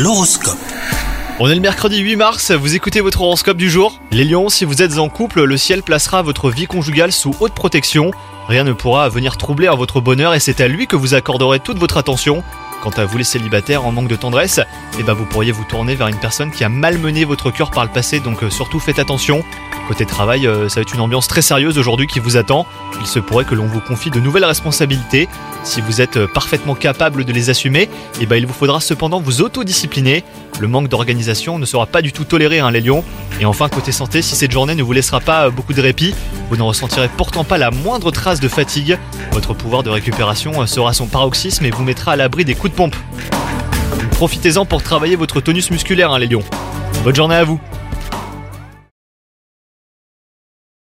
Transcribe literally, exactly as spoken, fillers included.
L'horoscope. On est le mercredi huit mars, vous écoutez votre horoscope du jour. Les lions, si vous êtes en couple, le ciel placera votre vie conjugale sous haute protection. Rien ne pourra venir troubler votre bonheur et c'est à lui que vous accorderez toute votre attention. Quant à vous les célibataires en manque de tendresse, eh ben vous pourriez vous tourner vers une personne qui a malmené votre cœur par le passé, donc surtout faites attention. Côté travail, ça va être une ambiance très sérieuse aujourd'hui qui vous attend. Il se pourrait que l'on vous confie de nouvelles responsabilités. Si vous êtes parfaitement capable de les assumer, eh ben il vous faudra cependant vous autodiscipliner. Le manque d'organisation ne sera pas du tout toléré, hein, les lions. Et enfin, côté santé, si cette journée ne vous laissera pas beaucoup de répit, vous n'en ressentirez pourtant pas la moindre trace de fatigue. Votre pouvoir de récupération sera son paroxysme et vous mettra à l'abri des coups de pompe. Profitez-en pour travailler votre tonus musculaire, hein, les lions. Bonne journée à vous.